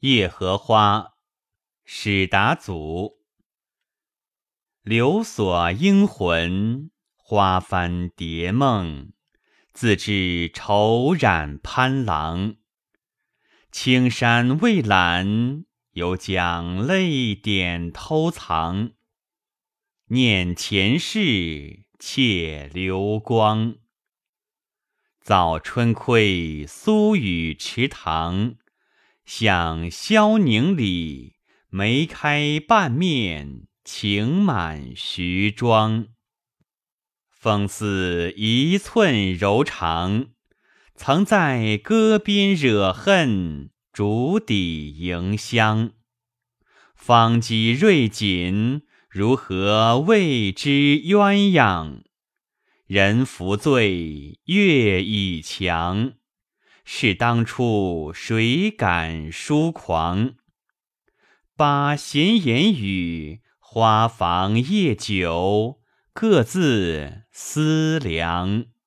夜荷花，史达祖。流锁英魂，花翻蝶梦，自知愁染潘郎。青山未览，犹将泪点偷藏。念前世，窃流光。早春窥苏语池塘，想萧凝里，梅开半面，情满徐庄。风似一寸柔肠，曾在歌边惹恨，竹底迎香。方机锐锦，如何谓之鸳鸯？人弗醉，月已强。是当初谁敢疏狂？把闲言语，花房夜酒，各自思量。